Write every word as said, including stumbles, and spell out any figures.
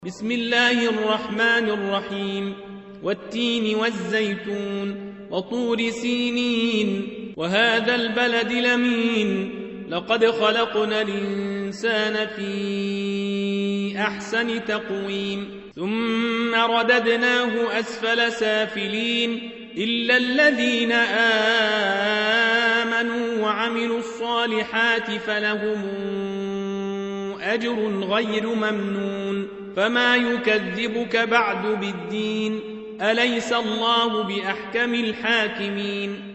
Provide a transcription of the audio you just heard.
بسم الله الرحمن الرحيم والتين والزيتون وطور سينين وهذا البلد الأمين لقد خلقنا الإنسان في أحسن تقويم ثم رددناه أسفل سافلين إلا الذين آمنوا وعملوا الصالحات فلهم أجر غير ممنون فما يكذبك بعد بالدين أليس الله بأحكم الحاكمين